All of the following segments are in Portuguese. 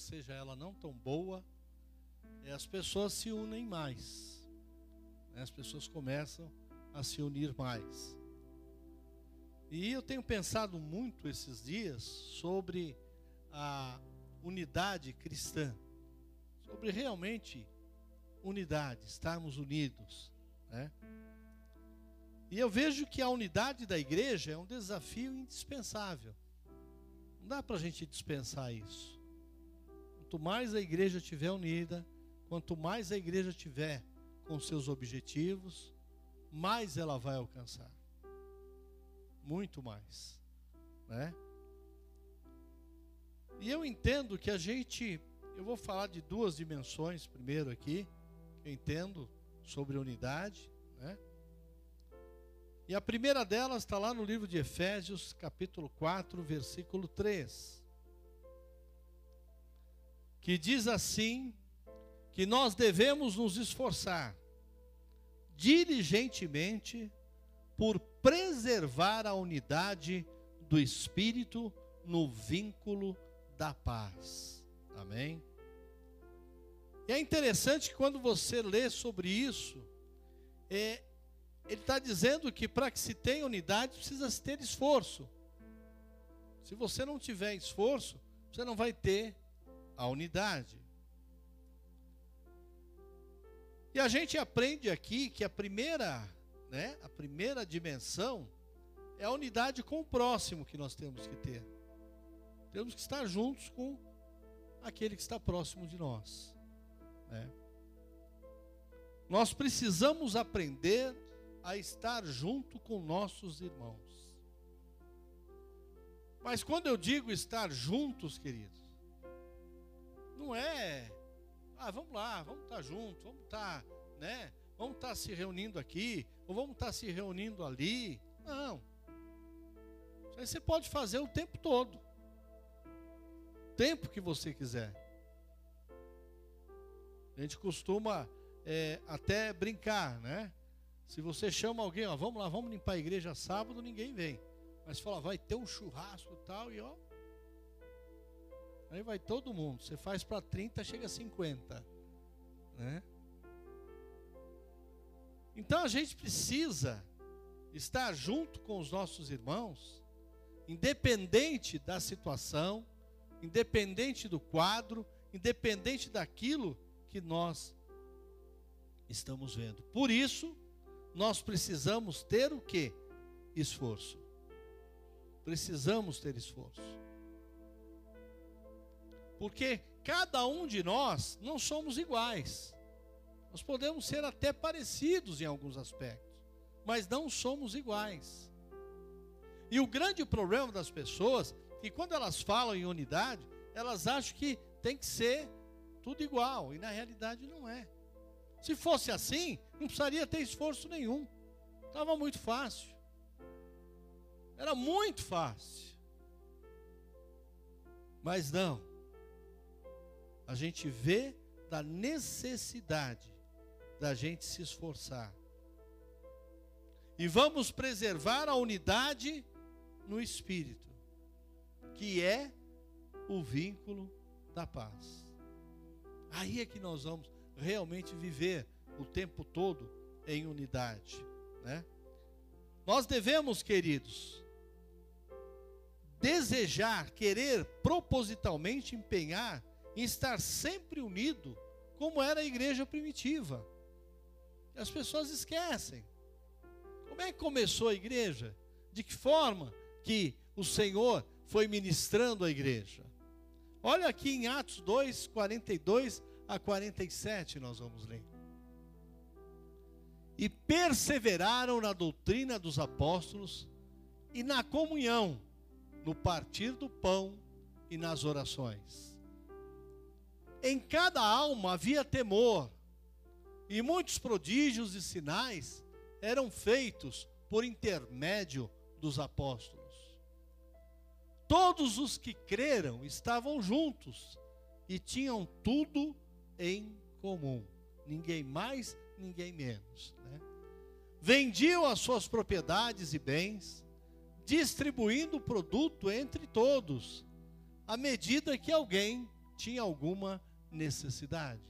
seja ela não tão boa, as pessoas se unem mais, né? As pessoas começam a se unir mais. E eu tenho pensado muito esses dias sobre a unidade cristã, sobre realmente unidade, estarmos unidos, né? E eu vejo que a unidade da igreja é um desafio indispensável. Não dá para a gente dispensar isso. Quanto mais a igreja estiver unida, quanto mais a igreja tiver com seus objetivos, mais ela vai alcançar. Muito mais, né? E eu entendo que eu vou falar de duas dimensões primeiro aqui, que eu entendo sobre unidade, né? E a primeira delas está lá no livro de Efésios, capítulo 4, versículo 3. Que diz assim, que nós devemos nos esforçar diligentemente por preservar a unidade do Espírito no vínculo da paz. Amém? E é interessante que quando você lê sobre isso, ele está dizendo que para que se tenha unidade precisa se ter esforço. Se você não tiver esforço, você não vai ter a unidade. E a gente aprende aqui que a primeira dimensão é a unidade com o próximo que nós temos que ter. Temos que estar juntos com aquele que está próximo de nós, né? Nós precisamos aprender a estar junto com nossos irmãos. Mas quando eu digo estar juntos, queridos, não é, vamos lá, vamos estar juntos, vamos estar, né? Vamos estar se reunindo aqui, ou vamos estar se reunindo ali. Não. Isso aí você pode fazer o tempo todo. O tempo que você quiser. A gente costuma até brincar, né? Se você chama alguém, vamos lá, vamos limpar a igreja sábado, ninguém vem. Mas fala, vai ter um churrasco e tal, e aí vai todo mundo. Você faz para 30, chega a 50, né? Então a gente precisa estar junto com os nossos irmãos, independente da situação, independente do quadro, independente daquilo que nós estamos vendo. Por isso, nós precisamos ter o quê? Esforço. Precisamos ter esforço. Porque cada um de nós não somos iguais. Nós podemos ser até parecidos em alguns aspectos, mas não somos iguais. E o grande problema das pessoas é que quando elas falam em unidade, elas acham que tem que ser tudo igual, e na realidade não é. Se fosse assim, não precisaria ter esforço nenhum. Estava muito fácil. Era muito fácil. Mas não. A gente vê da necessidade da gente se esforçar. E vamos preservar a unidade no Espírito, que é o vínculo da paz. Aí é que nós vamos realmente viver o tempo todo em unidade, né? Nós devemos, queridos, desejar, querer propositalmente empenhar em estar sempre unido, como era a igreja primitiva. E as pessoas esquecem. Como é que começou a igreja? De que forma que o Senhor foi ministrando a igreja? Olha aqui em Atos 2, 42 a 47, nós vamos ler. E perseveraram na doutrina dos apóstolos e na comunhão, no partir do pão e nas orações. Em cada alma havia temor, e muitos prodígios e sinais eram feitos por intermédio dos apóstolos. Todos os que creram estavam juntos e tinham tudo em comum. Ninguém mais, ninguém menos, né? Vendiam as suas propriedades e bens, distribuindo o produto entre todos, à medida que alguém tinha alguma necessidade.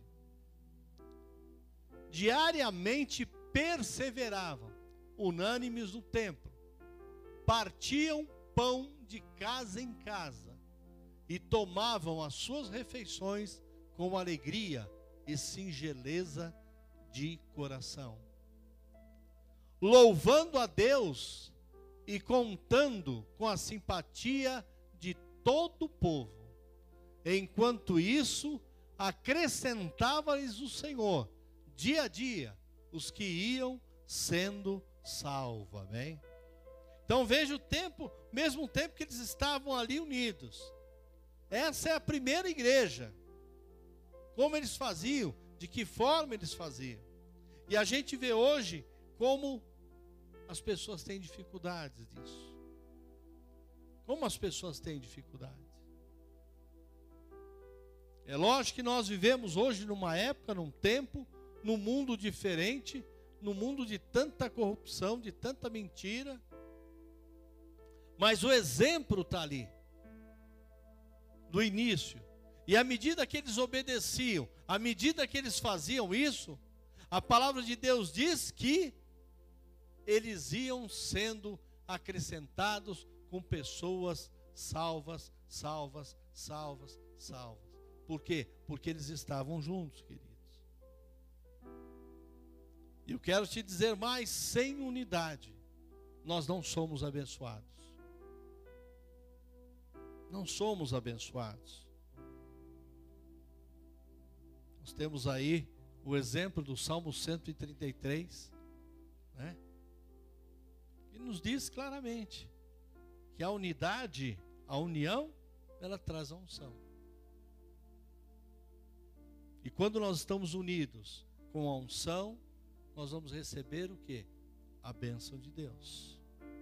Diariamente perseveravam, unânimes no templo, partiam pão de casa em casa e tomavam as suas refeições com alegria e singeleza de coração, louvando a Deus e contando com a simpatia de todo o povo. Enquanto isso, acrescentava-lhes o Senhor, dia a dia, os que iam sendo salvos. Amém? Então veja o tempo, mesmo tempo que eles estavam ali unidos. Essa é a primeira igreja. Como eles faziam, de que forma eles faziam. E a gente vê hoje como as pessoas têm dificuldades disso. Como as pessoas têm dificuldades. É lógico que nós vivemos hoje numa época, num tempo, num mundo diferente, num mundo de tanta corrupção, de tanta mentira. Mas o exemplo está ali, do início. E à medida que eles obedeciam, à medida que eles faziam isso, a palavra de Deus diz que eles iam sendo acrescentados com pessoas salvas, salvas, salvas, salvas. Por quê? Porque eles estavam juntos, queridos. E eu quero te dizer mais, sem unidade, nós não somos abençoados. Não somos abençoados. Nós temos aí o exemplo do Salmo 133, né? E nos diz claramente que a unidade, a união, ela traz a unção. E quando nós estamos unidos com a unção, nós vamos receber o quê? A bênção de Deus.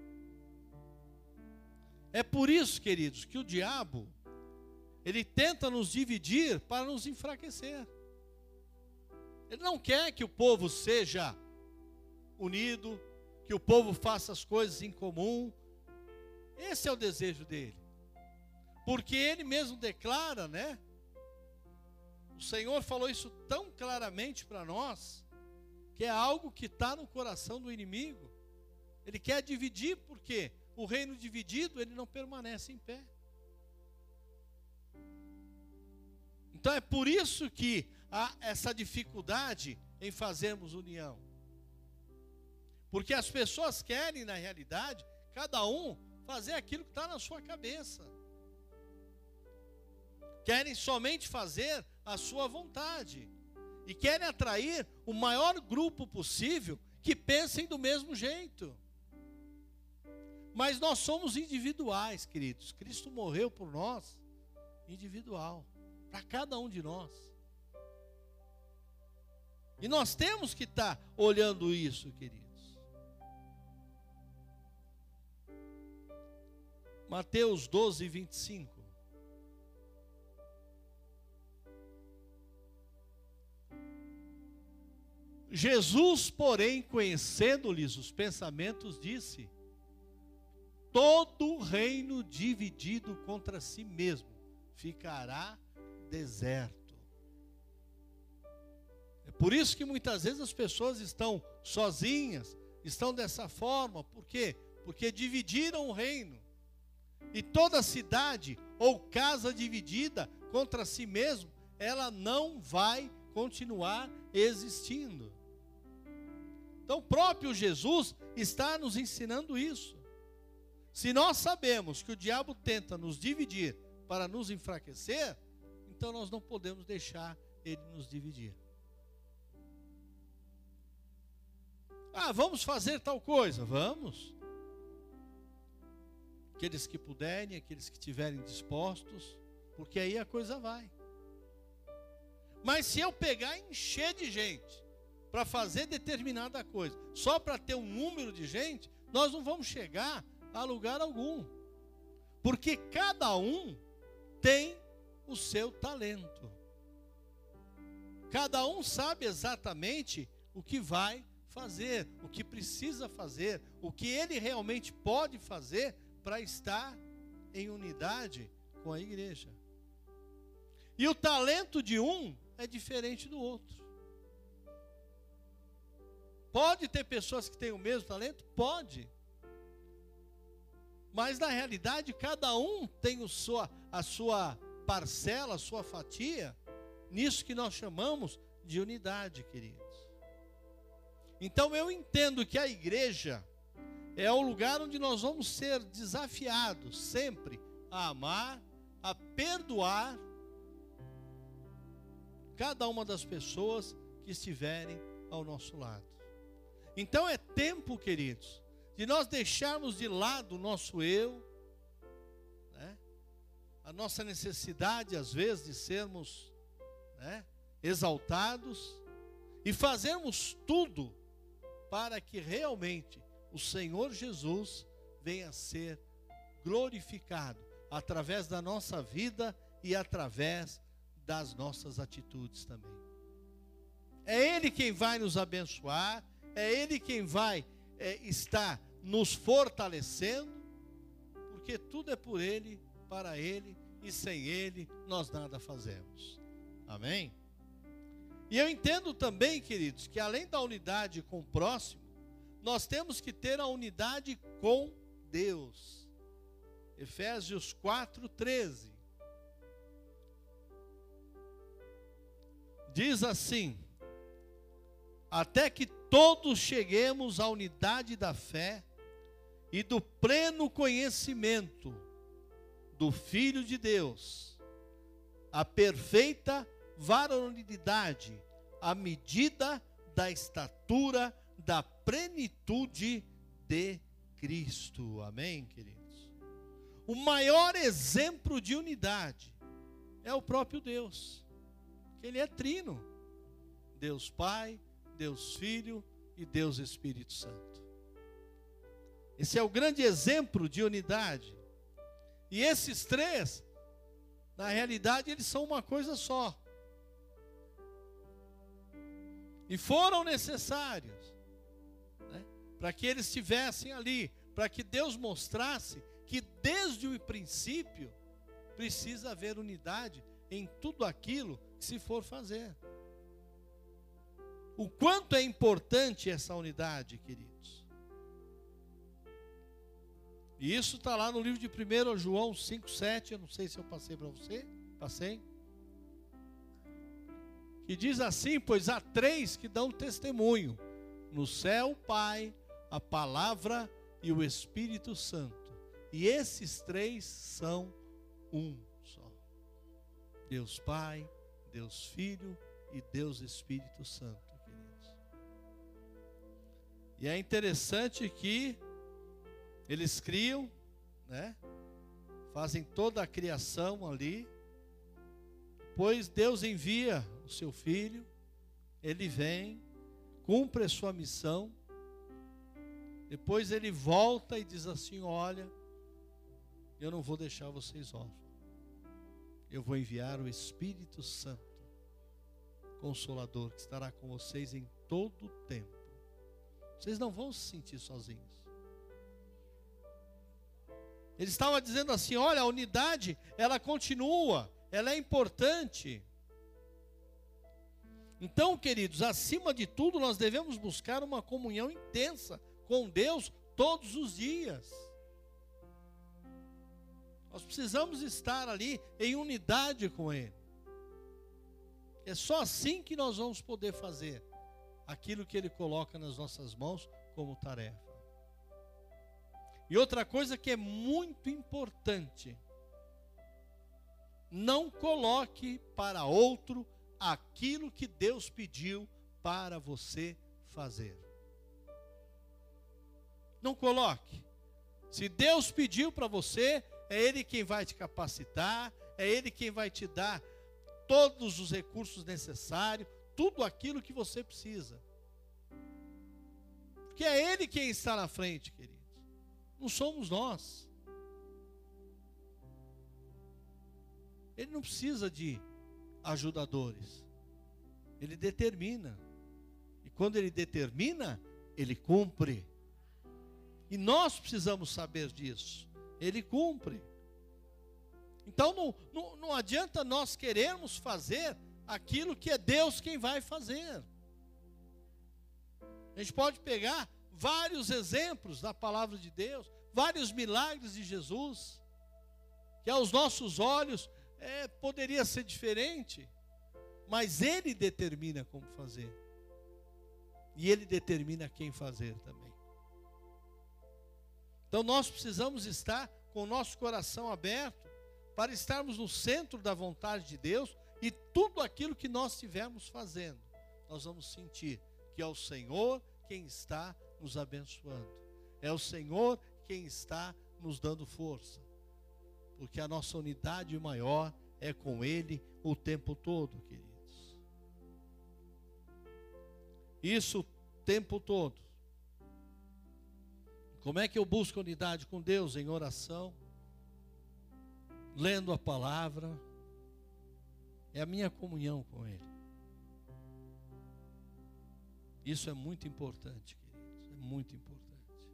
É por isso, queridos, que o diabo, ele tenta nos dividir para nos enfraquecer. Ele não quer que o povo seja unido, que o povo faça as coisas em comum. Esse é o desejo dele. Porque ele mesmo declara, né? O Senhor falou isso tão claramente para nós, que é algo que está no coração do inimigo. Ele quer dividir, porque o reino dividido, ele não permanece em pé. Então é por isso que há essa dificuldade em fazermos união. Porque as pessoas querem, na realidade, cada um fazer aquilo que está na sua cabeça. Querem somente fazer a sua vontade. E querem atrair o maior grupo possível que pensem do mesmo jeito. Mas nós somos individuais, queridos. Cristo morreu por nós, individual, para cada um de nós. E nós temos que estar olhando isso, queridos. Mateus 12, 25. Jesus, porém, conhecendo-lhes os pensamentos, disse: todo reino dividido contra si mesmo ficará deserto. É por isso que muitas vezes as pessoas estão sozinhas, estão dessa forma. Por quê? Porque dividiram o reino. E toda cidade ou casa dividida contra si mesmo, ela não vai continuar existindo. Então o próprio Jesus está nos ensinando isso. Se nós sabemos que o diabo tenta nos dividir para nos enfraquecer, então nós não podemos deixar ele nos dividir. Ah, vamos fazer tal coisa? Vamos. Aqueles que puderem, aqueles que estiverem dispostos, porque aí a coisa vai. Mas se eu pegar e encher de gente para fazer determinada coisa, só para ter um número de gente, nós não vamos chegar a lugar algum. Porque cada um tem o seu talento. Cada um sabe exatamente o que vai fazer, o que precisa fazer, o que ele realmente pode fazer para estar em unidade com a igreja. E o talento de um é diferente do outro. Pode ter pessoas que têm o mesmo talento? Pode. Mas na realidade, cada um tem a sua parcela, a sua fatia, nisso que nós chamamos de unidade, queridos. Então eu entendo que a igreja é o lugar onde nós vamos ser desafiados sempre a amar, a perdoar cada uma das pessoas que estiverem ao nosso lado. Então é tempo, queridos, de nós deixarmos de lado o nosso eu, né? A nossa necessidade, às vezes, de sermos, né, exaltados e fazermos tudo para que realmente o Senhor Jesus venha a ser glorificado através da nossa vida e através das nossas atitudes também. É Ele quem vai nos abençoar, é Ele quem vai estar nos fortalecendo, porque tudo é por Ele, para Ele, e sem Ele nós nada fazemos. Amém? E eu entendo também, queridos, que além da unidade com o próximo, nós temos que ter a unidade com Deus. Efésios 4:13. Diz assim: até que todos cheguemos à unidade da fé e do pleno conhecimento do Filho de Deus, a perfeita varonilidade, à medida da estatura da plenitude de Cristo. Amém, queridos? O maior exemplo de unidade é o próprio Deus, que Ele é trino: Deus Pai, Deus Filho e Deus Espírito Santo. Esse é o grande exemplo de unidade. E esses três, na realidade, eles são uma coisa só. E foram necessários, né, para que eles estivessem ali, para que Deus mostrasse que desde o princípio precisa haver unidade em tudo aquilo que se for fazer. O quanto é importante essa unidade, queridos. E isso está lá no livro de 1 João 5,7, eu não sei se eu passei para você, passei. Que diz assim: pois há três que dão testemunho, no céu o Pai, a Palavra e o Espírito Santo. E esses três são um só. Deus Pai, Deus Filho e Deus Espírito Santo. E é interessante que eles criam, né? Fazem toda a criação ali. Pois Deus envia o seu Filho, Ele vem, cumpre a sua missão. Depois Ele volta e diz assim: olha, eu não vou deixar vocês órfãos. Eu vou enviar o Espírito Santo, Consolador, que estará com vocês em todo o tempo. Vocês não vão se sentir sozinhos. Ele estava dizendo assim: olha, a unidade, ela continua, ela é importante. Então, queridos, acima de tudo, nós devemos buscar uma comunhão intensa com Deus todos os dias. Nós precisamos estar ali em unidade com Ele. É só assim que nós vamos poder fazer aquilo que Ele coloca nas nossas mãos como tarefa. E outra coisa que é muito importante: não coloque para outro aquilo que Deus pediu para você fazer. Não coloque. Se Deus pediu para você, é Ele quem vai te capacitar, é Ele quem vai te dar todos os recursos necessários, tudo aquilo que você precisa. Porque é Ele quem está na frente, queridos. Não somos nós. Ele não precisa de ajudadores. Ele determina. E quando Ele determina, Ele cumpre. E nós precisamos saber disso. Ele cumpre. Então não adianta nós querermos fazer aquilo que é Deus quem vai fazer. A gente pode pegar vários exemplos da palavra de Deus, vários milagres de Jesus, que aos nossos olhos poderia ser diferente, mas Ele determina como fazer. E Ele determina quem fazer também. Então nós precisamos estar com o nosso coração aberto para estarmos no centro da vontade de Deus, e tudo aquilo que nós estivermos fazendo, nós vamos sentir que é o Senhor quem está nos abençoando. É o Senhor quem está nos dando força. Porque a nossa unidade maior é com Ele o tempo todo, queridos. Isso o tempo todo. Como é que eu busco unidade com Deus? Em oração, lendo a palavra. É a minha comunhão com Ele. Isso é muito importante, queridos. É muito importante.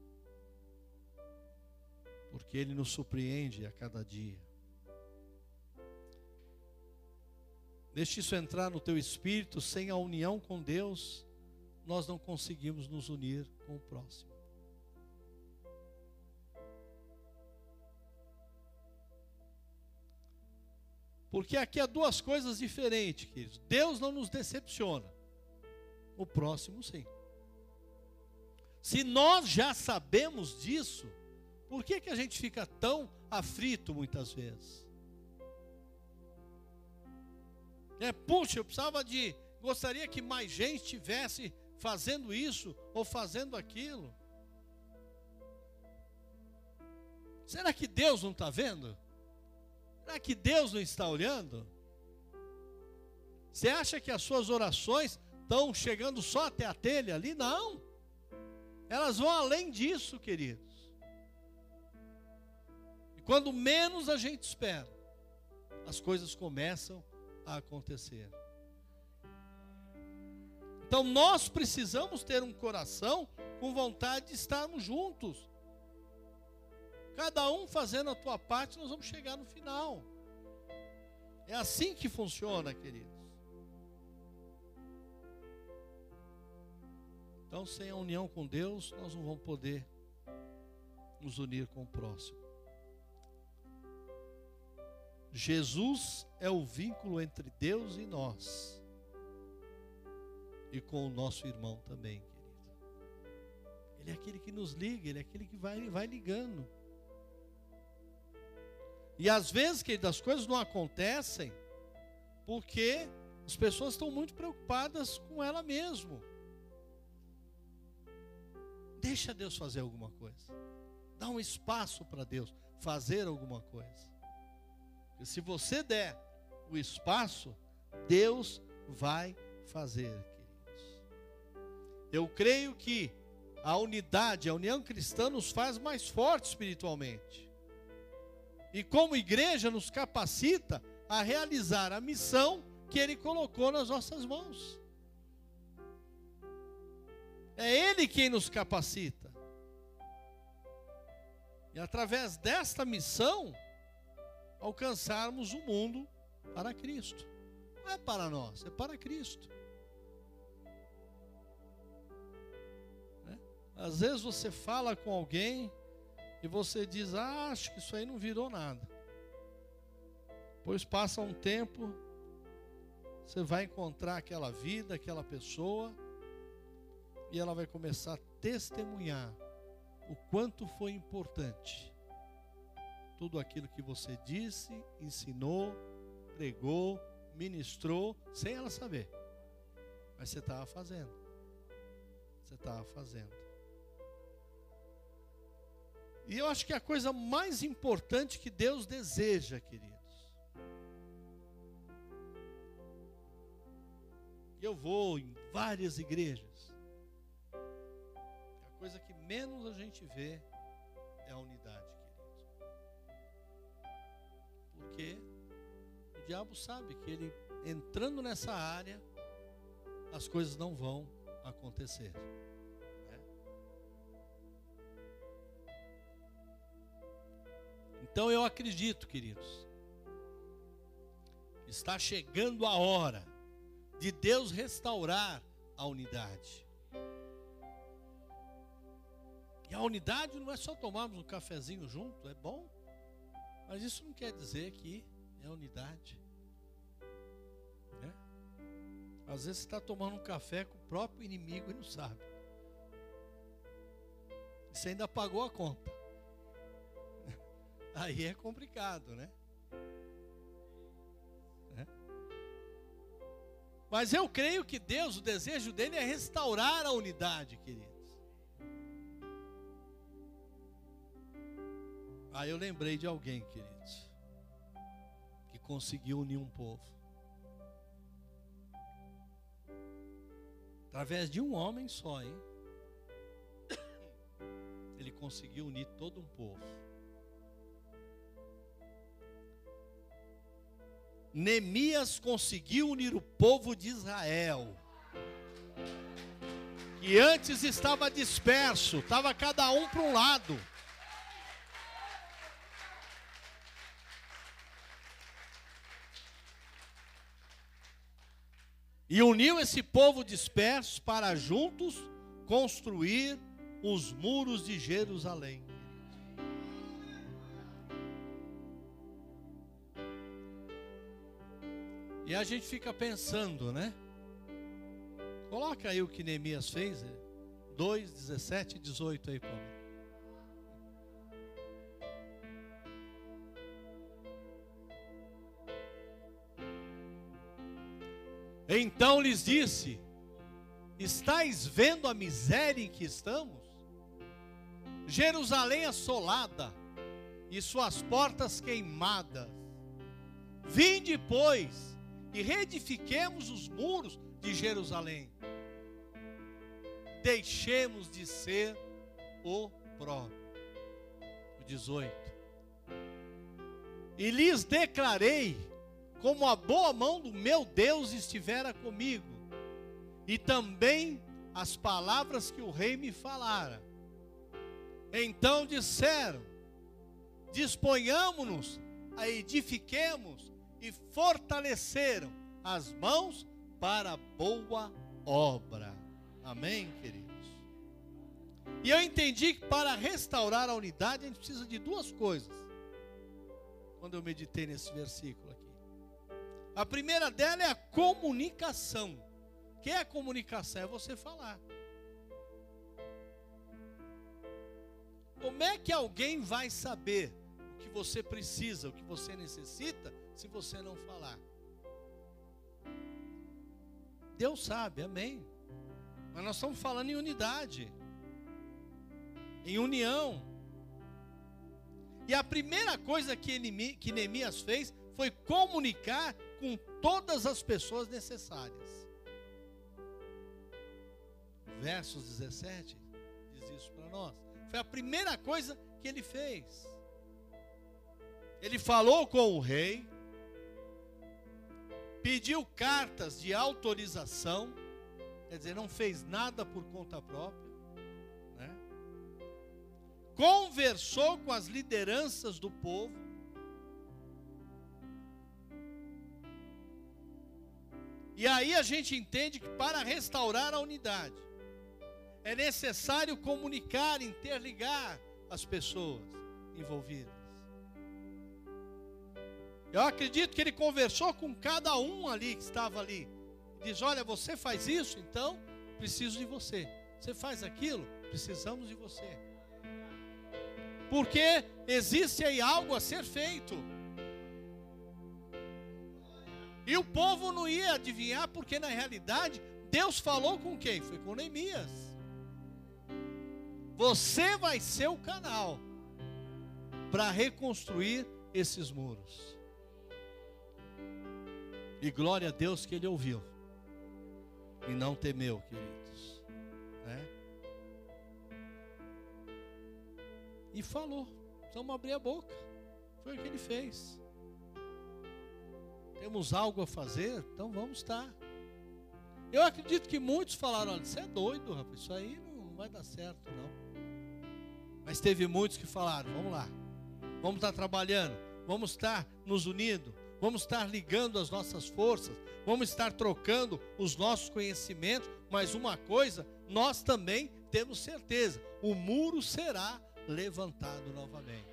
Porque Ele nos surpreende a cada dia. Deixe isso entrar no teu espírito. Sem a união com Deus, nós não conseguimos nos unir com o próximo. Porque aqui há duas coisas diferentes, queridos. Deus não nos decepciona. O próximo, sim. Se nós já sabemos disso, por que a gente fica tão aflito muitas vezes? Puxa, gostaria que mais gente estivesse fazendo isso ou fazendo aquilo. Será que Deus não está vendo? Será que Deus não está olhando? Você acha que as suas orações estão chegando só até a telha ali? Não. Elas vão além disso, queridos. E quando menos a gente espera, as coisas começam a acontecer. Então nós precisamos ter um coração com vontade de estarmos juntos. Cada um fazendo a tua parte, nós vamos chegar no final. É assim que funciona, queridos. Então, sem a união com Deus, nós não vamos poder nos unir com o próximo. Jesus é o vínculo entre Deus e nós. E com o nosso irmão também, querido. Ele é aquele que nos liga, ele é aquele que vai ligando. E às vezes, querido, as coisas não acontecem porque as pessoas estão muito preocupadas com ela mesma. Deixa Deus fazer alguma coisa. Dá um espaço para Deus fazer alguma coisa. Porque se você der o espaço, Deus vai fazer, queridos. Eu creio que a unidade, a união cristã nos faz mais fortes espiritualmente. E como igreja nos capacita a realizar a missão que Ele colocou nas nossas mãos. É Ele quem nos capacita. E através desta missão, alcançarmos o mundo para Cristo. Não é para nós, é para Cristo. Às vezes você fala com alguém e você diz, acho que isso aí não virou nada. Depois passa um tempo, você vai encontrar aquela vida, aquela pessoa, e ela vai começar a testemunhar o quanto foi importante tudo aquilo que você disse, ensinou, pregou, ministrou, sem ela saber. Mas você estava fazendo. Você estava fazendo. E eu acho que a coisa mais importante que Deus deseja, queridos. Eu vou em várias igrejas. A coisa que menos a gente vê é a unidade, queridos. Porque o diabo sabe que ele, entrando nessa área, as coisas não vão acontecer. Então eu acredito, queridos, Está chegando a hora de Deus restaurar a unidade. E a unidade não é só tomarmos um cafezinho junto, é bom, mas isso não quer dizer que é unidade. Às vezes você está tomando um café com o próprio inimigo e não sabe. E você ainda pagou a conta. Aí é complicado, né? Mas eu creio que Deus, o desejo dele é restaurar a unidade, queridos. Aí eu lembrei de alguém, queridos, que conseguiu unir um povo. Através de um homem só, hein? Ele conseguiu unir todo um povo. Neemias conseguiu unir o povo de Israel, que antes estava disperso, estava cada um para um lado. E uniu esse povo disperso para juntos construir os muros de Jerusalém. E a gente fica pensando, né? Coloca aí o que Neemias fez, 2, 17 e 18 aí para mim. Então lhes disse: estáis vendo a miséria em que estamos? Jerusalém assolada e suas portas queimadas. Vinde, pois, e reedifiquemos os muros de Jerusalém. Deixemos de ser opróbrio. O 18. E lhes declarei como a boa mão do meu Deus estivera comigo, e também as palavras que o rei me falara. Então disseram: disponhamo-nos a edifiquemos, e fortaleceram as mãos para a boa obra. Amém, queridos? E eu entendi que para restaurar a unidade a gente precisa de duas coisas, quando eu meditei nesse versículo aqui. A primeira dela é a comunicação. O que é a comunicação? É você falar. Como é que alguém vai saber o que você precisa, o que você necessita, se você não falar? Deus sabe, amém. Mas nós estamos falando em unidade, em união. E a primeira coisa que Neemias fez foi comunicar com todas as pessoas necessárias. Versos 17 diz isso para nós. Foi a primeira coisa que ele fez. Ele falou com o rei, pediu cartas de autorização, quer dizer, não fez nada por conta própria, né? Conversou com as lideranças do povo, e aí a gente entende que para restaurar a unidade é necessário comunicar, interligar as pessoas envolvidas. Eu acredito que ele conversou com cada um ali que estava ali. Diz: olha, você faz isso, então preciso de você. Você faz aquilo, precisamos de você. Porque existe aí algo a ser feito. E o povo não ia adivinhar, porque na realidade Deus falou com quem? Foi com Neemias. Você vai ser o canal para reconstruir esses muros. E glória a Deus que ele ouviu e não temeu, queridos, né? E falou. Precisamos abrir a boca. Foi o que ele fez. Temos algo a fazer, então vamos estar. Eu acredito que muitos falaram: olha, você é doido, rapaz, isso aí não vai dar certo, não. Mas teve muitos que falaram: vamos lá, vamos estar trabalhando, vamos estar nos unindo, vamos estar ligando as nossas forças, vamos estar trocando os nossos conhecimentos, mas uma coisa nós também temos certeza: o muro será levantado novamente.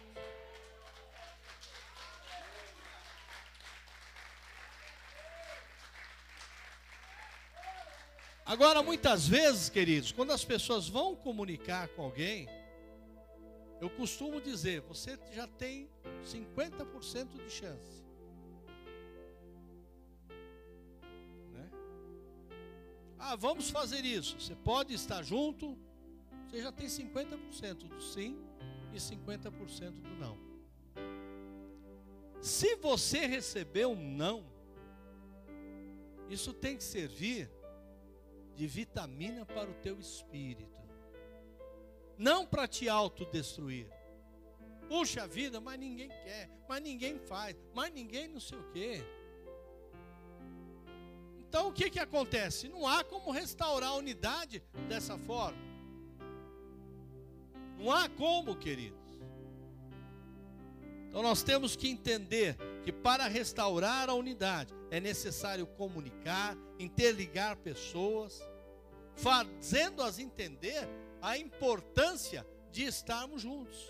Agora, muitas vezes, queridos, quando as pessoas vão comunicar com alguém, eu costumo dizer: você já tem 50% de chance. Né? Ah, vamos fazer isso. Você pode estar junto, você já tem 50% do sim e 50% do não. Se você receber um não, isso tem que servir de vitamina para o teu espírito, não para te autodestruir. Puxa vida, mas ninguém quer, mas ninguém faz, mas ninguém não sei o quê. Então o que acontece? Não há como restaurar a unidade dessa forma. Não há como, queridos. Então nós temos que entender que para restaurar a unidade é necessário comunicar, interligar pessoas, fazendo-as entender a importância de estarmos juntos.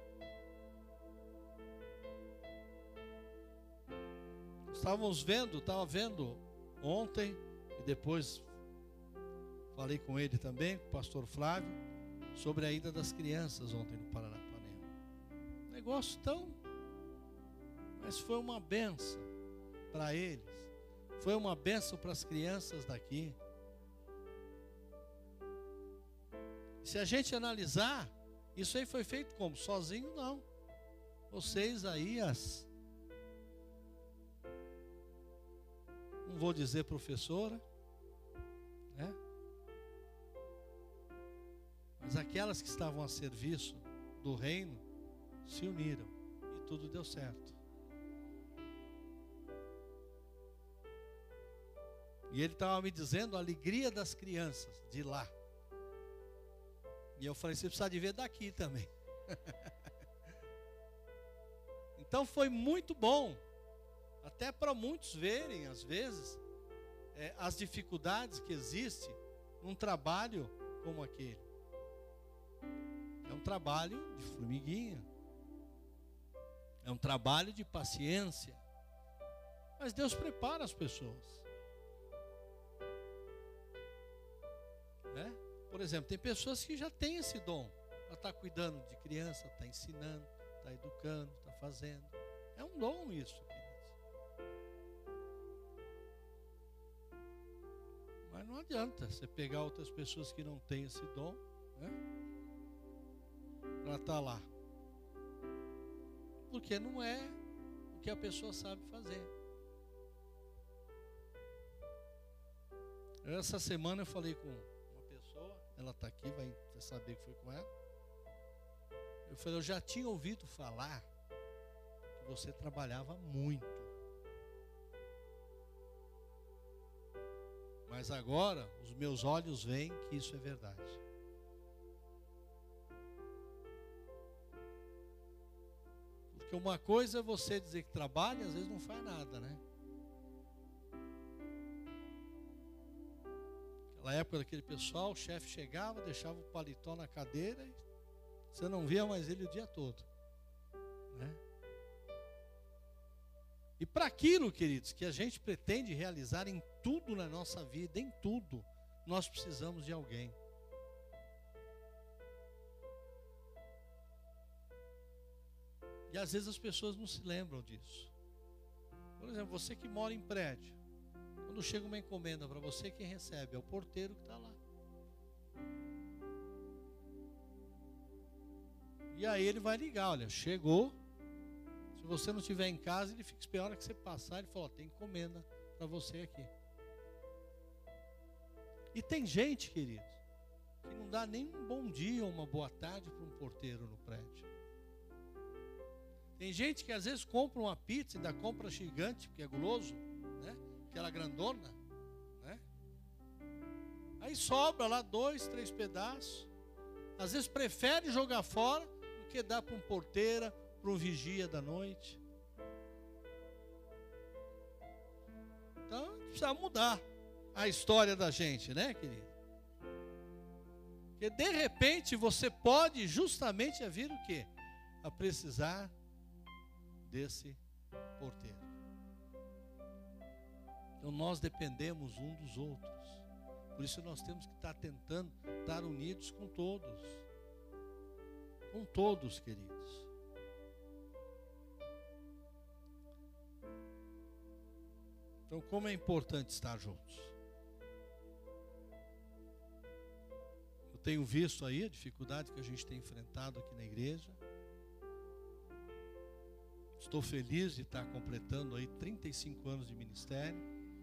Estava vendo ontem, e depois falei com ele também, com o pastor Flávio, sobre a ida das crianças ontem no Paranapanema. Negócio tão... Mas foi uma bênção para eles. Foi uma bênção para as crianças daqui. Se a gente analisar, isso aí foi feito como? Sozinho não. Vocês aí, não vou dizer professora, né? Mas aquelas que estavam a serviço do reino se uniram e tudo deu certo. E ele estava me dizendo a alegria das crianças de lá. E eu falei: você precisa de ver daqui também. Então foi muito bom, até para muitos verem, às vezes, as dificuldades que existem num trabalho como aquele. É um trabalho de formiguinha, é um trabalho de paciência, mas Deus prepara as pessoas. Né? Por exemplo, tem pessoas que já têm esse dom. Ela está cuidando de criança, está ensinando, está educando, está fazendo. É um dom isso, queridos. Mas não adianta você pegar outras pessoas que não têm esse dom, né? Para estar lá. Porque não é o que a pessoa sabe fazer. Essa semana eu falei com ela está aqui, vai saber que foi com ela. Eu falei: eu já tinha ouvido falar que você trabalhava muito, mas agora os meus olhos veem que isso é verdade. Porque uma coisa é você dizer que trabalha e às vezes não faz nada, né? Na época daquele pessoal, o chefe chegava, deixava o paletó na cadeira e você não via mais ele o dia todo, né? E para aquilo, queridos, que a gente pretende realizar em tudo na nossa vida, em tudo, nós precisamos de alguém. E às vezes as pessoas não se lembram disso. Por exemplo, você que mora em prédio, quando chega uma encomenda para você, quem recebe é o porteiro que está lá. E aí ele vai ligar: olha, chegou. Se você não estiver em casa, ele fica esperando a hora que você passar. Ele fala: tem encomenda para você aqui. E tem gente, queridos, que não dá nem um bom dia ou uma boa tarde para um porteiro no prédio. Tem gente que às vezes compra uma pizza, ainda compra gigante, porque é guloso, né? Aquela grandona, né? Aí sobra lá 2, 3 pedaços. Às vezes prefere jogar fora do que dar para um porteira, para um vigia da noite. precisa mudar a história da gente, né, querido? Porque de repente você pode justamente vir o quê? A precisar desse porteiro. Então nós dependemos um dos outros. Por isso nós temos que estar tentando estar unidos com todos. Com todos, queridos. Então, como é importante estar juntos. Eu tenho visto aí a dificuldade que a gente tem enfrentado aqui na igreja. Estou feliz de estar completando aí 35 anos de ministério.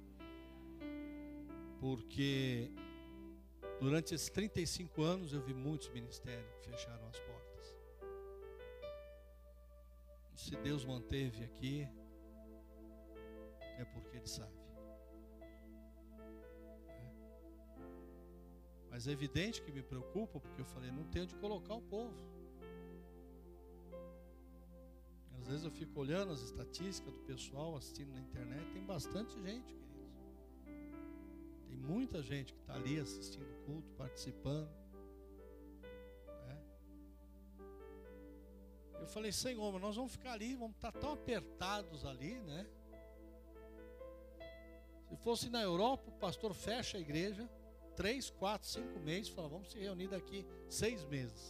Porque durante esses 35 anos eu vi muitos ministérios que fecharam as portas. E se Deus manteve aqui, é porque Ele sabe. Mas é evidente que me preocupa, porque eu falei, não tenho onde colocar o povo. Às vezes eu fico olhando as estatísticas do pessoal assistindo na internet, tem bastante gente, queridos. Tem muita gente que está ali assistindo o culto, participando. Né? Eu falei, Senhor, mas nós vamos ficar ali, vamos estar tão apertados ali, né? Se fosse na Europa, o pastor fecha a igreja 3, 4, 5 meses, fala, vamos se reunir daqui 6 meses.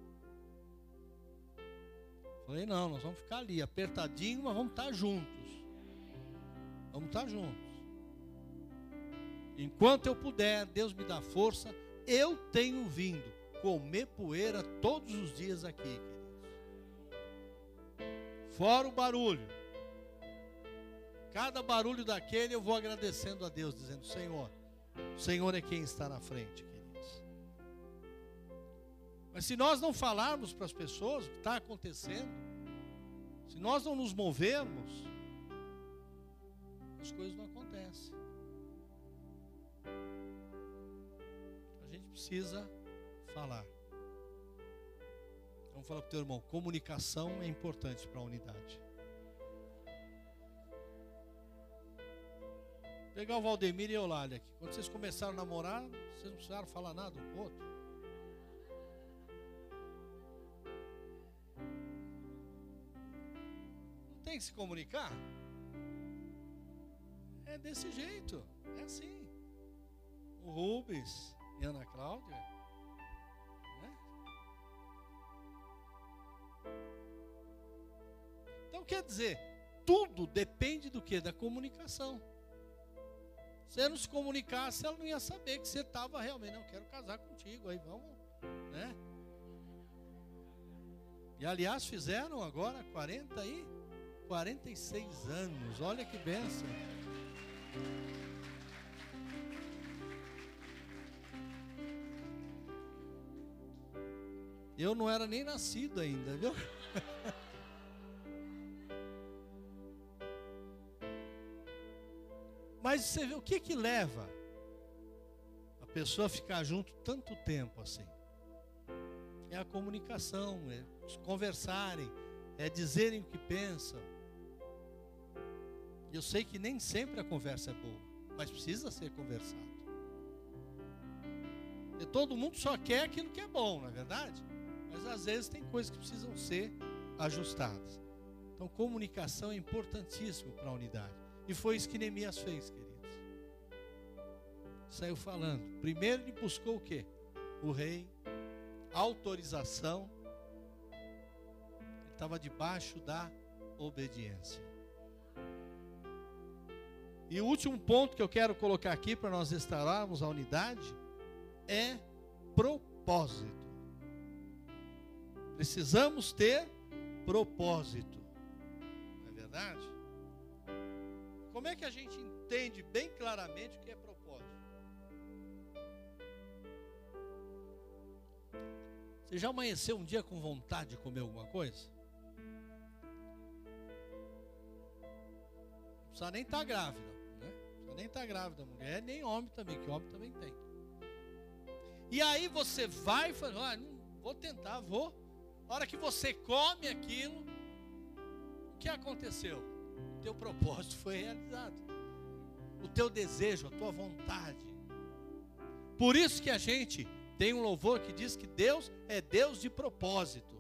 Falei, não, nós vamos ficar ali, apertadinho, mas vamos estar juntos. Vamos estar juntos. Enquanto eu puder, Deus me dá força. Eu tenho vindo comer poeira todos os dias aqui, queridos. Fora o barulho. Cada barulho daquele eu vou agradecendo a Deus, dizendo, Senhor, o Senhor é quem está na frente, queridos. Mas se nós não falarmos para as pessoas o que está acontecendo, se nós não nos movermos, as coisas não acontecem. A gente precisa falar. Vamos falar para o teu irmão, comunicação é importante para a unidade. Pegar o Valdemir e a Eulália aqui. Quando vocês começaram a namorar, vocês não precisaram falar nada um com o outro. Não tem que se comunicar? É desse jeito, é assim. O Rubens e a Ana Cláudia, né? Então quer dizer, tudo depende do quê? Da comunicação. Se ela não se comunicasse, ela não ia saber que você estava realmente, não, quero casar contigo, aí vamos, né? E aliás, fizeram agora 46 anos, olha que bênção. Eu não era nem nascido ainda, viu? Mas você vê o que leva a pessoa a ficar junto tanto tempo assim? É a comunicação, é conversarem, é dizerem o que pensam. Eu sei que nem sempre a conversa é boa, mas precisa ser conversado. E todo mundo só quer aquilo que é bom, não é verdade? Mas às vezes tem coisas que precisam ser ajustadas. Então comunicação é importantíssimo para a unidade. E foi isso que Neemias fez, queridos. Saiu falando. Primeiro ele buscou o quê? O rei, autorização. Ele estava debaixo da obediência. E o último ponto que eu quero colocar aqui para nós restaurarmos a unidade é propósito. Precisamos ter propósito. Não é verdade? Como é que a gente entende bem claramente o que é propósito? Você já amanheceu um dia com vontade de comer alguma coisa? Não precisa nem estar grávida, né? Não precisa nem estar grávida, mulher, nem homem também, que homem também tem. E aí você vai e fala, não vou tentar, vou. A hora que você come aquilo, o que aconteceu? Teu propósito foi realizado. o teu desejo, a tua vontade. Por isso que a gente tem um louvor que diz que Deus é Deus de propósito.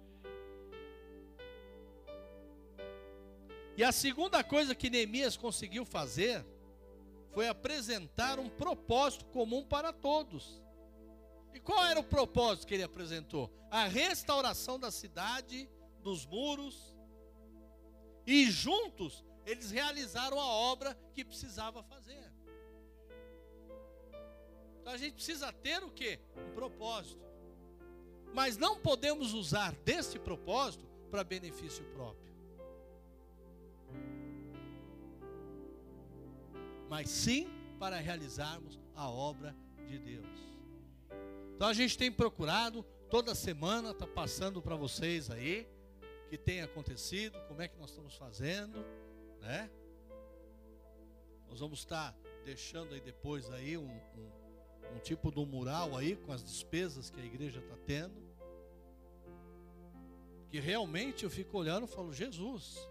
E a segunda coisa que Neemias conseguiu fazer foi apresentar um propósito comum para todos. E qual era o propósito que ele apresentou? A restauração da cidade, dos muros. E juntos eles realizaram a obra que precisava fazer. Então a gente precisa ter o quê? Um propósito. Mas não podemos usar desse propósito para benefício próprio. Mas sim para realizarmos a obra de Deus. Então a gente tem procurado, toda semana está passando para vocês aí, o que tem acontecido, como é que nós estamos fazendo, né? Nós vamos estar deixando aí depois aí um tipo de um mural aí, com as despesas que a igreja está tendo, que realmente eu fico olhando e falo, Jesus.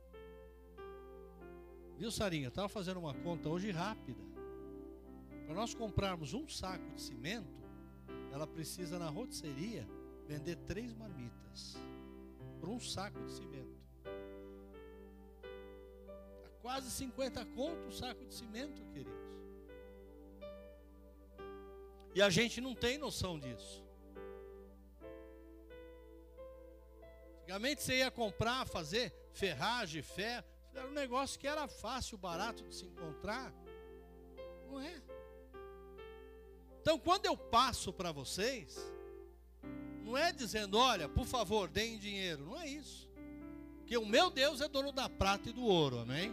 Viu, Sarinha? Eu estava fazendo uma conta hoje rápida. Para nós comprarmos um saco de cimento, ela precisa na rotisseria vender 3 marmitas por um saco de cimento. Está quase 50 conto um saco de cimento, queridos. E a gente não tem noção disso. Antigamente você ia comprar, fazer ferragem, ferro. Era um negócio que era fácil, barato de se encontrar. Não é? Então, quando eu passo para vocês, não é dizendo, olha, por favor, deem dinheiro. Não é isso. Porque o meu Deus é dono da prata e do ouro, amém?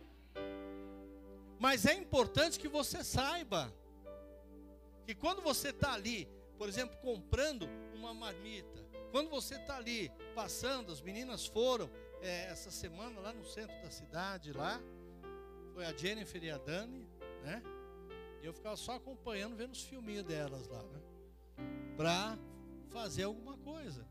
Mas é importante que você saiba que quando você está ali, por exemplo, comprando uma marmita, quando você está ali passando, as meninas foram essa semana lá no centro da cidade, lá, foi a Jennifer e a Dani, né? E eu ficava só acompanhando, vendo os filminhos delas lá, né? Para fazer alguma coisa.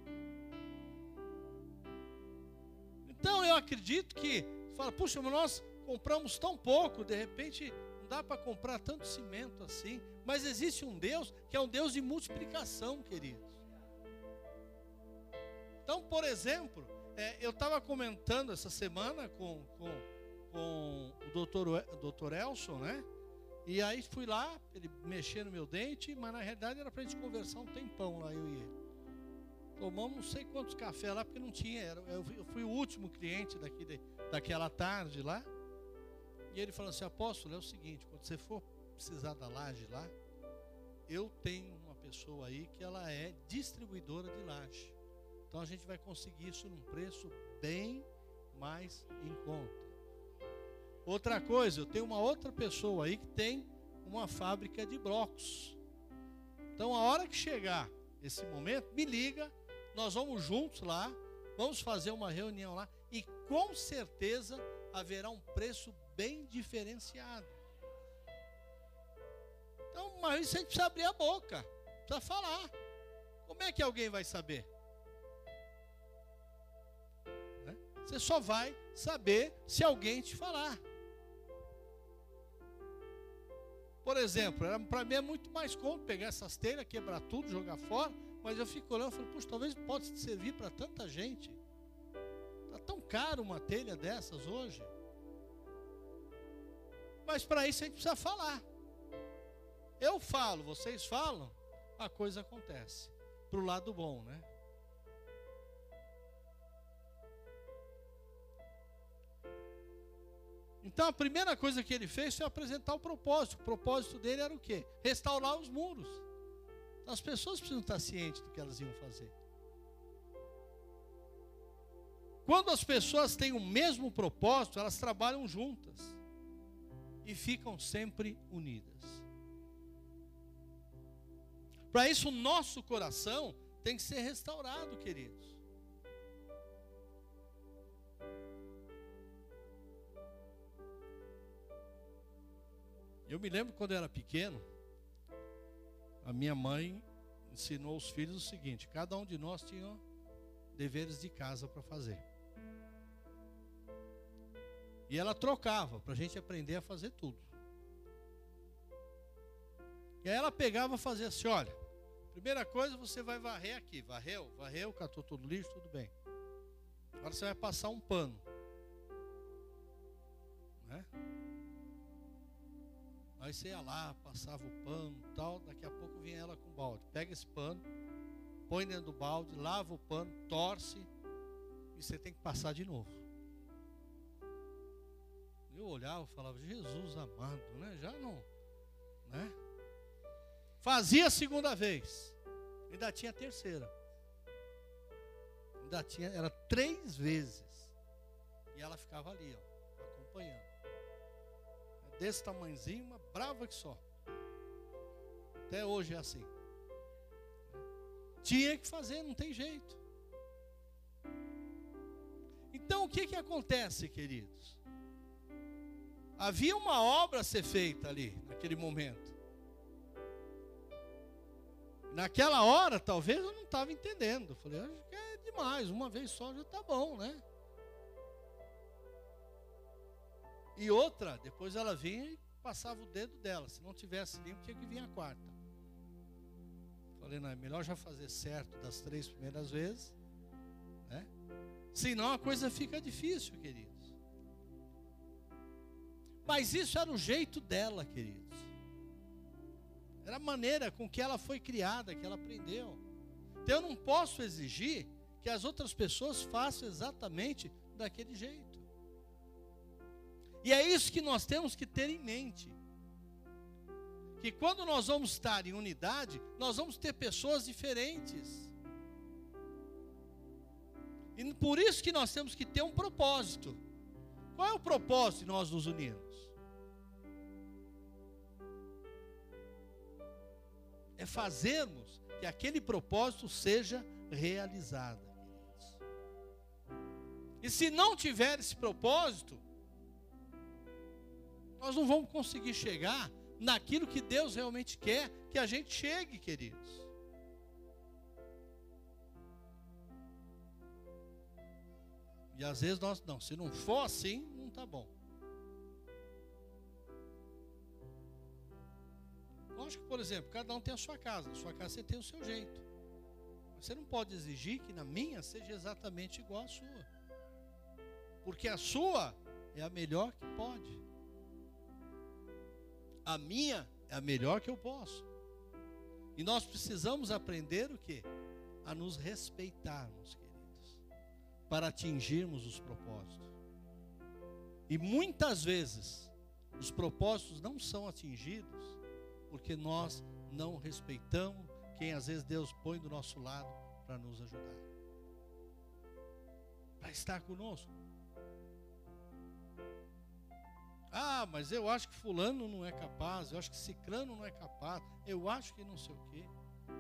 Então eu acredito que, fala, puxa, mas nós compramos tão pouco, de repente não dá para comprar tanto cimento assim. Mas existe um Deus que é um Deus de multiplicação, queridos. Então, por exemplo, eu estava comentando essa semana com o doutor Elson, né? E aí fui lá, ele mexia no meu dente, mas na realidade era para a gente conversar um tempão lá, eu e ele. Tomamos não sei quantos cafés lá, porque não tinha, eu fui o último cliente daquela tarde lá. E ele falou assim, apóstolo, é o seguinte, quando você for precisar da laje lá, eu tenho uma pessoa aí que ela é distribuidora de laje. Então a gente vai conseguir isso num preço bem mais em conta. Outra coisa, eu tenho uma outra pessoa aí que tem uma fábrica de blocos. Então a hora que chegar esse momento, me liga, nós vamos juntos lá, vamos fazer uma reunião lá e com certeza haverá um preço bem diferenciado. Então, mas isso a gente precisa abrir a boca, precisa falar. Como é que alguém vai saber? Você só vai saber se alguém te falar. Por exemplo, para mim é muito mais cômodo pegar essas telhas, quebrar tudo, jogar fora, mas eu fico olhando e falo, puxa, talvez possa servir para tanta gente. Está tão caro uma telha dessas hoje. Mas para isso a gente precisa falar. Eu falo, vocês falam, a coisa acontece. Para o lado bom, né? Então a primeira coisa que ele fez foi apresentar o propósito. O propósito dele era o quê? Restaurar os muros. Então, as pessoas precisam estar cientes do que elas iam fazer. Quando as pessoas têm o mesmo propósito, elas trabalham juntas e ficam sempre unidas. Para isso, o nosso coração tem que ser restaurado, queridos. Eu me lembro quando eu era pequeno, a minha mãe ensinou os filhos o seguinte: cada um de nós tinha deveres de casa para fazer. E ela trocava para a gente aprender a fazer tudo. E aí ela pegava e fazia assim, olha, primeira coisa você vai varrer aqui. Varreu, catou todo o lixo, tudo bem. Agora você vai passar um pano. Né? Aí você ia lá, passava o pano e tal, daqui a pouco vinha ela com o balde. Pega esse pano, põe dentro do balde, lava o pano, torce e você tem que passar de novo. Eu olhava e falava, Jesus amado, né? Já não, né? Fazia a segunda vez, ainda tinha a terceira. Ainda tinha, era 3 vezes. E ela ficava ali, ó, acompanhando. Desse tamanhozinho, uma brava que só. Até hoje é assim. Tinha que fazer, não tem jeito. Então o que acontece, queridos? Havia uma obra a ser feita ali, naquele momento. Naquela hora, talvez eu não estava entendendo. Eu falei, acho que é demais, uma vez só já está bom, né? E outra, depois ela vinha e passava o dedo dela. Se não tivesse limpo, tinha que vir a quarta. Falei, não, é melhor já fazer certo das 3 primeiras vezes, né? Senão a coisa fica difícil, queridos. Mas isso era o jeito dela, queridos. Era a maneira com que ela foi criada, que ela aprendeu. Então eu não posso exigir que as outras pessoas façam exatamente daquele jeito. E é isso que nós temos que ter em mente. Que quando nós vamos estar em unidade, nós vamos ter pessoas diferentes. E por isso que nós temos que ter um propósito. Qual é o propósito de nós nos unirmos? É fazermos que aquele propósito seja realizado, queridos. E se não tiver esse propósito, nós não vamos conseguir chegar naquilo que Deus realmente quer que a gente chegue, queridos. E às vezes nós, não, se não for assim, não está bom. Lógico que, por exemplo, cada um tem a sua casa. Na sua casa você tem o seu jeito. Mas você não pode exigir que na minha seja exatamente igual à sua. Porque a sua é a melhor que pode. A minha é a melhor que eu posso. E nós precisamos aprender o quê? A nos respeitarmos, queridos, para atingirmos os propósitos. E muitas vezes os propósitos não são atingidos porque nós não respeitamos quem às vezes Deus põe do nosso lado para nos ajudar, para estar conosco. Ah, mas eu acho que fulano não é capaz, eu acho que ciclano não é capaz, eu acho que não sei o quê.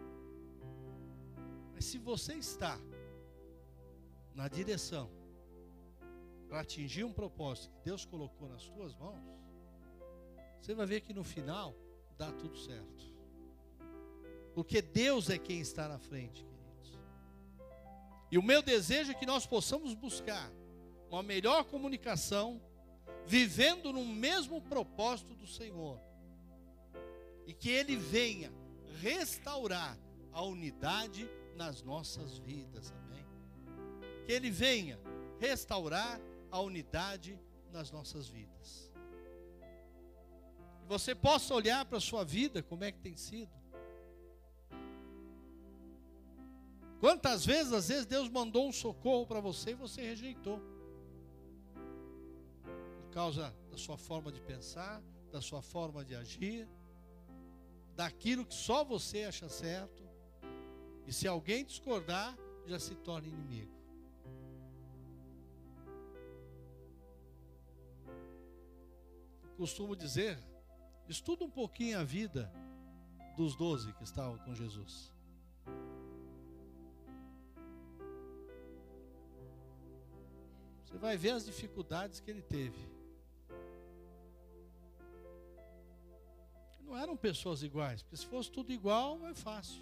Mas se você está na direção para atingir um propósito que Deus colocou nas tuas mãos, você vai ver que no final dá tudo certo. Porque Deus é quem está na frente, queridos. E o meu desejo é que nós possamos buscar uma melhor comunicação, vivendo no mesmo propósito do Senhor. E que Ele venha restaurar a unidade nas nossas vidas, amém? Que Ele venha restaurar a unidade nas nossas vidas. Você possa olhar para a sua vida, como é que tem sido. Quantas vezes, às vezes, Deus mandou um socorro para você e você rejeitou. Por causa da sua forma de pensar, da sua forma de agir, daquilo que só você acha certo. E se alguém discordar, já se torna inimigo. Eu costumo dizer, estuda um pouquinho a vida dos 12 que estavam com Jesus. Você vai ver as dificuldades que ele teve. Não eram pessoas iguais, porque se fosse tudo igual, é fácil.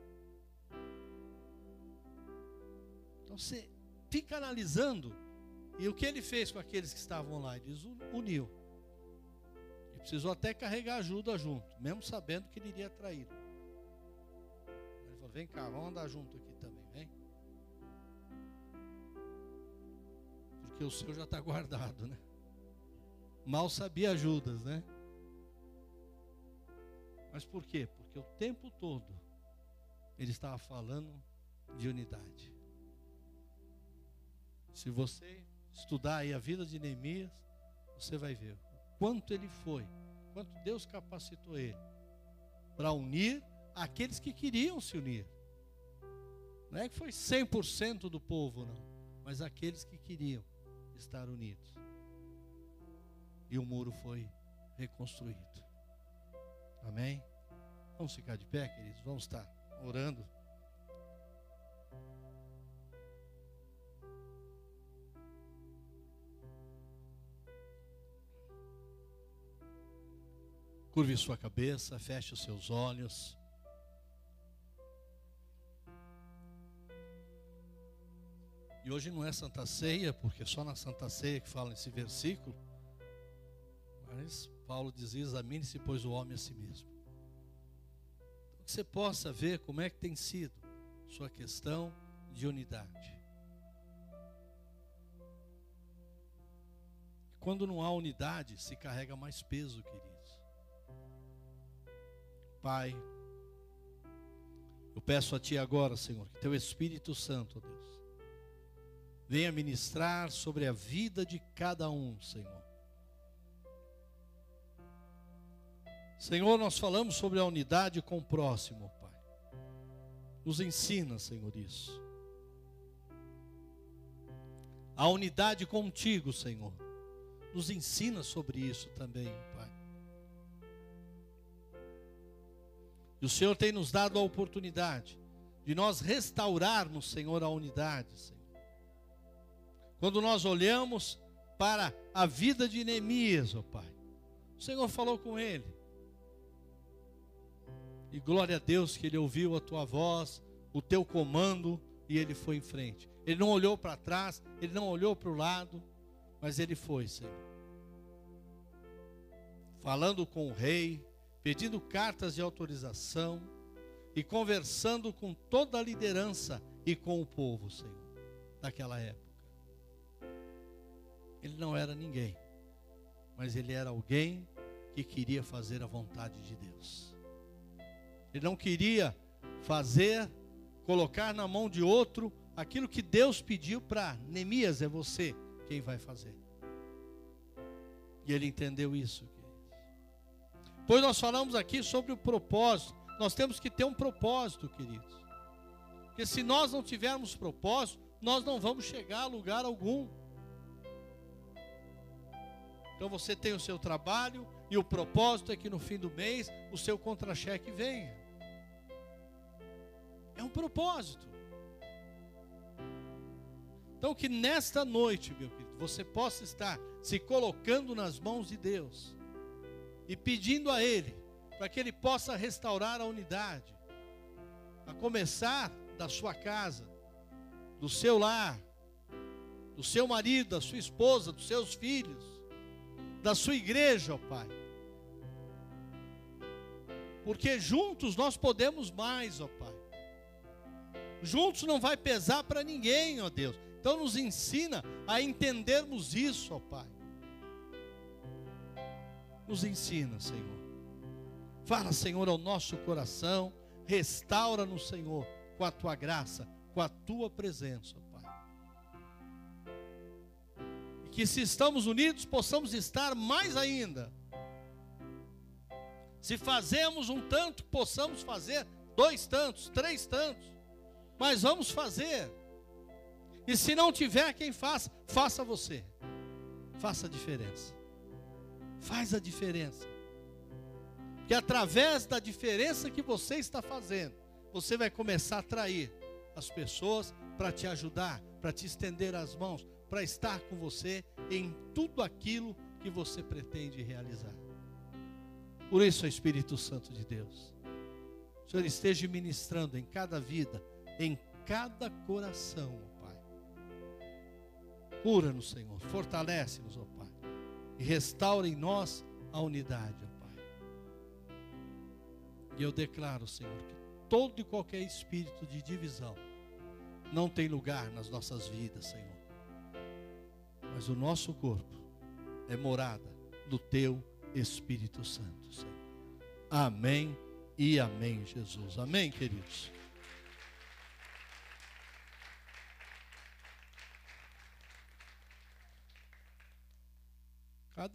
Então você fica analisando E o que ele fez com aqueles que estavam lá? Ele os uniu. E precisou até carregar Judas junto, mesmo sabendo que ele iria trair. Ele falou: vem cá, vamos andar junto aqui também, vem. Porque o seu já está guardado, né? Mal sabia Judas, né? Mas por quê? Porque o tempo todo ele estava falando de unidade. Se você estudar aí a vida de Neemias, você vai ver o quanto ele foi, quanto Deus capacitou ele para unir aqueles que queriam se unir. Não é que foi 100% do povo, não, mas aqueles que queriam estar unidos. E o muro foi reconstruído. Amém? Vamos ficar de pé, queridos, vamos estar orando. Curve sua cabeça, feche os seus olhos. E hoje não é Santa Ceia, porque só na Santa Ceia que fala esse versículo. Mas Paulo dizia: examine-se, pois, o homem a si mesmo. Então, que você possa ver como é que tem sido sua questão de unidade. Quando não há unidade, se carrega mais peso, queridos. Pai, eu peço a Ti agora, Senhor, que Teu Espírito Santo, ó Deus, venha ministrar sobre a vida de cada um, Senhor. Senhor, nós falamos sobre a unidade com o próximo, Pai. Nos ensina, Senhor, isso. A unidade contigo, Senhor. Nos ensina sobre isso também, Pai. E o Senhor tem nos dado a oportunidade de nós restaurarmos, Senhor, a unidade, Senhor. Quando nós olhamos para a vida de Neemias, ó Pai, o Senhor falou com ele. E glória a Deus que ele ouviu a Tua voz, o Teu comando, e ele foi em frente. Ele não olhou para trás, ele não olhou para o lado, mas ele foi, Senhor. Falando com o rei, pedindo cartas de autorização e conversando com toda a liderança e com o povo, Senhor, daquela época. Ele não era ninguém, mas ele era alguém que queria fazer a vontade de Deus. Ele não queria colocar na mão de outro aquilo que Deus pediu para Neemias: é você quem vai fazer. E ele entendeu isso, queridos. Pois nós falamos aqui sobre o propósito. Nós temos que ter um propósito, queridos. Porque se nós não tivermos propósito, nós não vamos chegar a lugar algum. Então você tem o seu trabalho e o propósito é que no fim do mês o seu contra-cheque venha. É um propósito. Então que nesta noite, meu querido, você possa estar se colocando nas mãos de Deus e pedindo a Ele para que Ele possa restaurar a unidade, a começar da sua casa, do seu lar, do seu marido, da sua esposa, dos seus filhos, da sua igreja, ó Pai. Porque juntos nós podemos mais, ó Pai. Juntos não vai pesar para ninguém, ó Deus. Então nos ensina a entendermos isso, ó Pai. Nos ensina, Senhor. Fala, Senhor, ao nosso coração. Restaura-nos, Senhor, com a Tua graça, com a Tua presença, ó Pai. E que se estamos unidos, possamos estar mais ainda. Se fazemos um tanto, possamos fazer 2 tantos, 3 tantos. Mas vamos fazer. E se não tiver quem faça, faça você. Faça a diferença. Faz a diferença. Porque através da diferença que você está fazendo, você vai começar a atrair as pessoas para te ajudar, para te estender as mãos, para estar com você em tudo aquilo que você pretende realizar. Por isso, Espírito Santo de Deus, o Senhor esteja ministrando em cada vida, em cada coração, Pai. Cura-nos, Senhor. Fortalece-nos, ó Pai. E restaura em nós a unidade, ó Pai. E eu declaro, Senhor, que todo e qualquer espírito de divisão não tem lugar nas nossas vidas, Senhor. Mas o nosso corpo é morada do Teu Espírito Santo, Senhor. Amém e amém, Jesus. Amém, queridos.